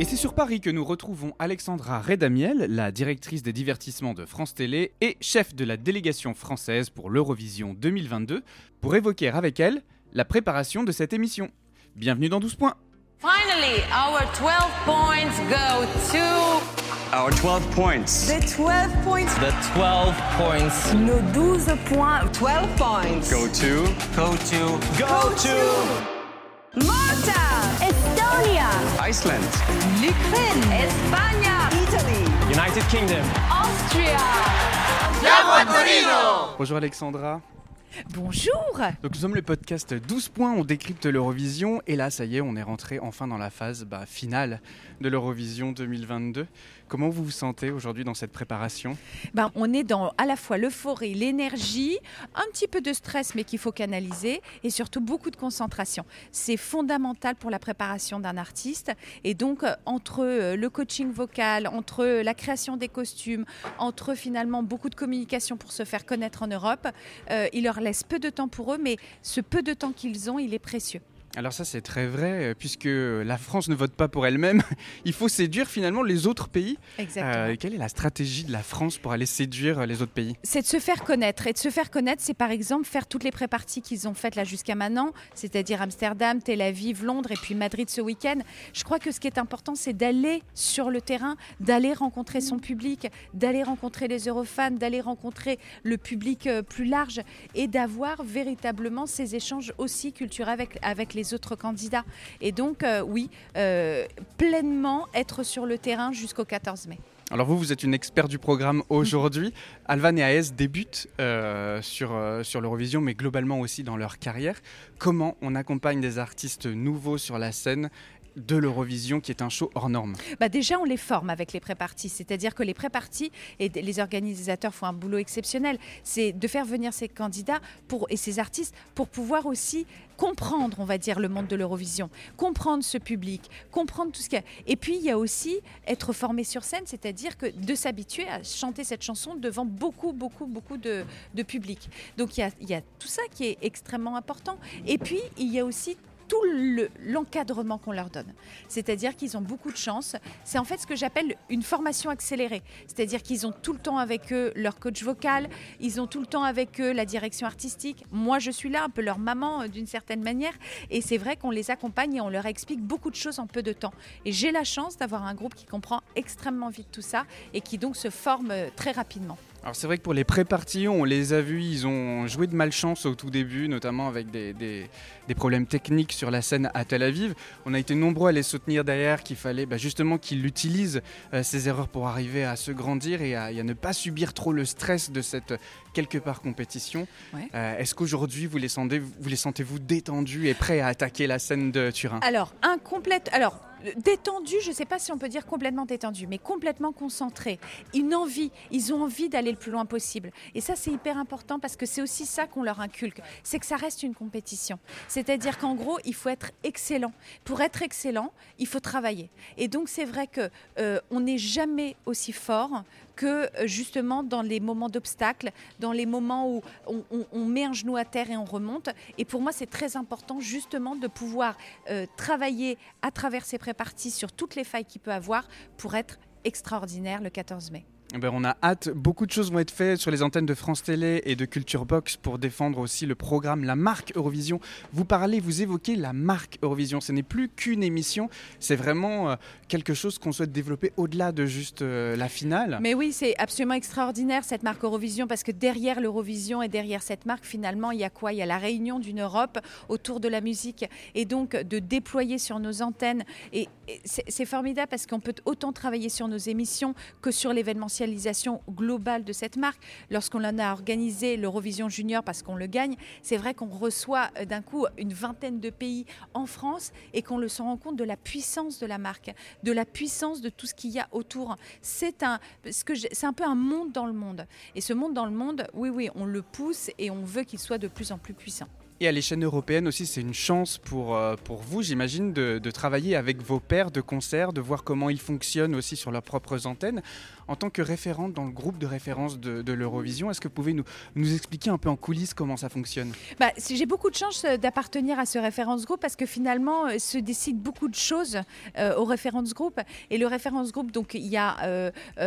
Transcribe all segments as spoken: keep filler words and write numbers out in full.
Et c'est sur Paris que nous retrouvons Alexandra Redamiel, la directrice des divertissements de France Télé et chef de la délégation française pour l'Eurovision deux mille vingt-deux, pour évoquer avec elle la préparation de cette émission. Bienvenue dans douze points. Finally, our twelve points go to... Our twelve points. The twelve points. The twelve points. Nos douze points. twelve points. Go to. Go to. Go to. Malta. Estonia. Iceland. L'Ukraine. Espagne. Italy. United Kingdom. Austria. Bonjour Alexandra. Bonjour. Donc nous sommes le podcast douze points, on décrypte l'Eurovision et là ça y est, on est rentré enfin dans la phase bah, finale de l'Eurovision deux mille vingt-deux. Comment vous vous sentez aujourd'hui dans cette préparation ? Ben, on est dans à la fois l'euphorie, l'énergie, un petit peu de stress mais qu'il faut canaliser et surtout beaucoup de concentration. C'est fondamental pour la préparation d'un artiste et donc euh, entre euh, le coaching vocal, entre euh, la création des costumes, entre finalement beaucoup de communication pour se faire connaître en Europe, euh, il leur laisse peu de temps pour eux mais ce peu de temps qu'ils ont, il est précieux. Alors ça c'est très vrai, puisque la France ne vote pas pour elle-même, il faut séduire finalement les autres pays. Exactement. Euh, quelle est la stratégie de la France pour aller séduire les autres pays ? C'est de se faire connaître. Et de se faire connaître, c'est par exemple faire toutes les pré-parties qu'ils ont faites là jusqu'à maintenant, c'est-à-dire Amsterdam, Tel Aviv, Londres et puis Madrid ce week-end. Je crois que ce qui est important, c'est d'aller sur le terrain, d'aller rencontrer son public, d'aller rencontrer les Eurofans, d'aller rencontrer le public plus large et d'avoir véritablement ces échanges aussi culturels avec, avec les autres candidats. Et donc, euh, oui, euh, pleinement être sur le terrain jusqu'au quatorze mai. Alors vous, vous êtes une experte du programme aujourd'hui. Alvan et Aes débutent euh, sur, euh, sur l'Eurovision, mais globalement aussi dans leur carrière. Comment on accompagne des artistes nouveaux sur la scène de l'Eurovision, qui est un show hors norme? Bah déjà, on les forme avec les pré-parties. C'est-à-dire que les pré-parties, et les organisateurs font un boulot exceptionnel, c'est de faire venir ces candidats pour, et ces artistes pour pouvoir aussi comprendre, on va dire, le monde de l'Eurovision, comprendre ce public, comprendre tout ce qu'il y a. Et puis, il y a aussi être formé sur scène, c'est-à-dire que de s'habituer à chanter cette chanson devant beaucoup, beaucoup, beaucoup de, de public. Donc, il y a, il y a tout ça qui est extrêmement important. Et puis, il y a aussi tout le, l'encadrement qu'on leur donne. C'est-à-dire qu'ils ont beaucoup de chance. C'est en fait ce que j'appelle une formation accélérée. C'est-à-dire qu'ils ont tout le temps avec eux leur coach vocal, ils ont tout le temps avec eux la direction artistique. Moi, je suis là, un peu leur maman d'une certaine manière. Et c'est vrai qu'on les accompagne et on leur explique beaucoup de choses en peu de temps. Et j'ai la chance d'avoir un groupe qui comprend extrêmement vite tout ça et qui donc se forme très rapidement. Alors c'est vrai que pour les pré-parties, on les a vus, ils ont joué de malchance au tout début, notamment avec des, des, des problèmes techniques sur la scène à Tel Aviv. On a été nombreux à les soutenir derrière, qu'il fallait bah, justement qu'ils utilisent euh, ces erreurs pour arriver à se grandir et à, et à ne pas subir trop le stress de cette quelque part compétition. Ouais. Euh, est-ce qu'aujourd'hui vous les sentez, vous les sentez-vous détendus et prêts à attaquer la scène de Turin ? Alors, un complète... Alors... Détendu, je ne sais pas si on peut dire complètement détendu, mais complètement concentré. Une envie, ils ont envie d'aller le plus loin possible. Et ça, c'est hyper important parce que c'est aussi ça qu'on leur inculque, c'est que ça reste une compétition. C'est-à-dire qu'en gros, il faut être excellent. Pour être excellent, il faut travailler. Et donc, c'est vrai qu'on euh, n'est jamais aussi fort que justement dans les moments d'obstacles, dans les moments où on, on, on met un genou à terre et on remonte. Et pour moi, c'est très important justement de pouvoir euh, travailler à travers ces pré-parties sur toutes les failles qu'il peut avoir pour être extraordinaire le quatorze mai. Eh ben, on a hâte, beaucoup de choses vont être faites sur les antennes de France Télé et de Culture Box pour défendre aussi le programme, la marque Eurovision. Vous parlez, vous évoquez la marque Eurovision, ce n'est plus qu'une émission, c'est vraiment euh, quelque chose qu'on souhaite développer au-delà de juste euh, la finale. Mais oui, c'est absolument extraordinaire cette marque Eurovision parce que derrière l'Eurovision et derrière cette marque, finalement, il y a quoi ? Il y a la réunion d'une Europe autour de la musique et donc de déployer sur nos antennes. Et, et c'est, c'est formidable parce qu'on peut autant travailler sur nos émissions que sur l'événementiel globale de cette marque. Lorsqu'on en a organisé l'Eurovision Junior parce qu'on le gagne, c'est vrai qu'on reçoit d'un coup une vingtaine de pays en France et qu'on le se rend compte de la puissance de la marque, de la puissance de tout ce qu'il y a autour. C'est un, ce que c'est un peu un monde dans le monde. Et ce monde dans le monde, oui, oui, on le pousse et on veut qu'il soit de plus en plus puissant. Et à l'échelle européenne aussi, c'est une chance pour, euh, pour vous, j'imagine, de, de travailler avec vos pairs de concert, de voir comment ils fonctionnent aussi sur leurs propres antennes. en tant que référente dans le groupe de référence de, de l'Eurovision, est-ce que vous pouvez nous, nous expliquer un peu en coulisses comment ça fonctionne ? Bah, si j'ai beaucoup de chance d'appartenir à ce référence groupe parce que finalement euh, se décident beaucoup de choses euh, au référence groupe. Et le référence groupe, donc il y a euh,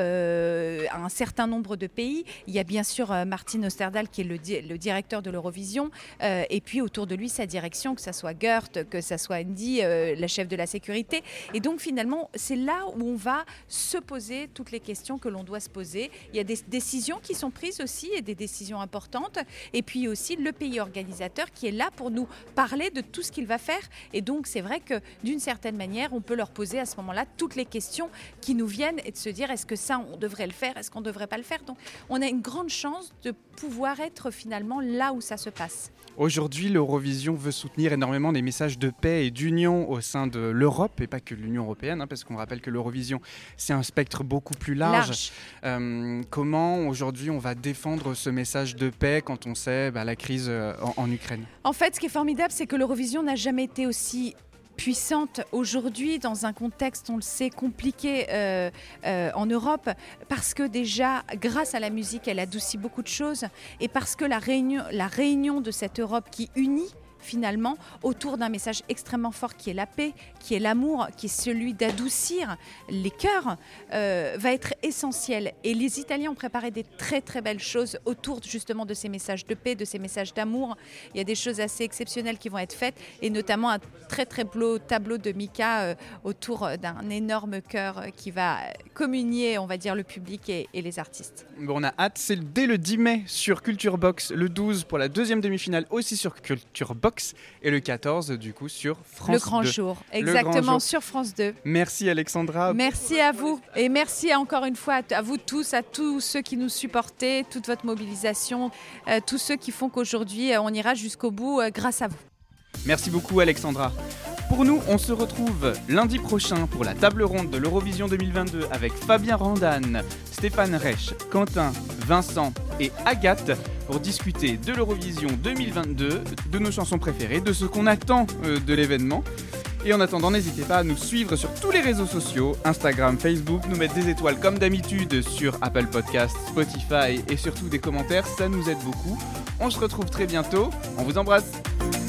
euh, un certain nombre de pays. Il y a bien sûr euh, Martin Osterdahl qui est le, di- le directeur de l'Eurovision. Euh, et puis autour de lui sa direction, que ça soit Gert, que ça soit Andy, euh, la chef de la sécurité. Et donc finalement, c'est là où on va se poser toutes les questions que l'on doit se poser. Il y a des décisions qui sont prises aussi et des décisions importantes. Et puis aussi le pays organisateur qui est là pour nous parler de tout ce qu'il va faire. Et donc c'est vrai que d'une certaine manière, on peut leur poser à ce moment-là toutes les questions qui nous viennent et de se dire est-ce que ça on devrait le faire, est-ce qu'on ne devrait pas le faire. Donc on a une grande chance de pouvoir être finalement là où ça se passe. Aujourd'hui, l'Eurovision veut soutenir énormément des messages de paix et d'union au sein de l'Europe et pas que l'Union européenne, hein, parce qu'on rappelle que l'Eurovision, c'est un spectre beaucoup plus large. Large. Euh, comment aujourd'hui on va défendre ce message de paix quand on sait bah, la crise euh, en, en Ukraine ? En fait, ce qui est formidable, c'est que l'Eurovision n'a jamais été aussi puissante aujourd'hui dans un contexte, on le sait, compliqué euh, euh, en Europe, parce que déjà, grâce à la musique, elle adoucit beaucoup de choses et parce que la réunion, la réunion de cette Europe qui unit finalement autour d'un message extrêmement fort qui est la paix, qui est l'amour, qui est celui d'adoucir les cœurs, euh, va être essentiel. Et les Italiens ont préparé des très très belles choses autour justement de ces messages de paix, de ces messages d'amour. Il y a des choses assez exceptionnelles qui vont être faites et notamment un très très beau tableau de Mika euh, autour d'un énorme cœur qui va communier, on va dire, le public et, et les artistes. Bon, on a hâte, c'est dès le dix mai sur Culture Box, le douze pour la deuxième demi-finale aussi sur Culture Box et le quatorze du coup sur France deux. Le grand jour, exactement, grand jour. sur France deux. Merci Alexandra. Merci à vous et merci encore une fois à vous tous, à tous ceux qui nous supportez, toute votre mobilisation, euh, tous ceux qui font qu'aujourd'hui euh, on ira jusqu'au bout euh, grâce à vous. Merci beaucoup Alexandra. Pour nous, on se retrouve lundi prochain pour la table ronde de l'Eurovision deux mille vingt-deux avec Fabien Randan, Stéphane Reich, Quentin, Vincent et Agathe pour discuter de l'Eurovision deux mille vingt-deux, de nos chansons préférées, de ce qu'on attend euh, de l'événement. Et en attendant, n'hésitez pas à nous suivre sur tous les réseaux sociaux, Instagram, Facebook, nous mettre des étoiles comme d'habitude sur Apple Podcasts, Spotify et surtout des commentaires, ça nous aide beaucoup. On se retrouve très bientôt, on vous embrasse.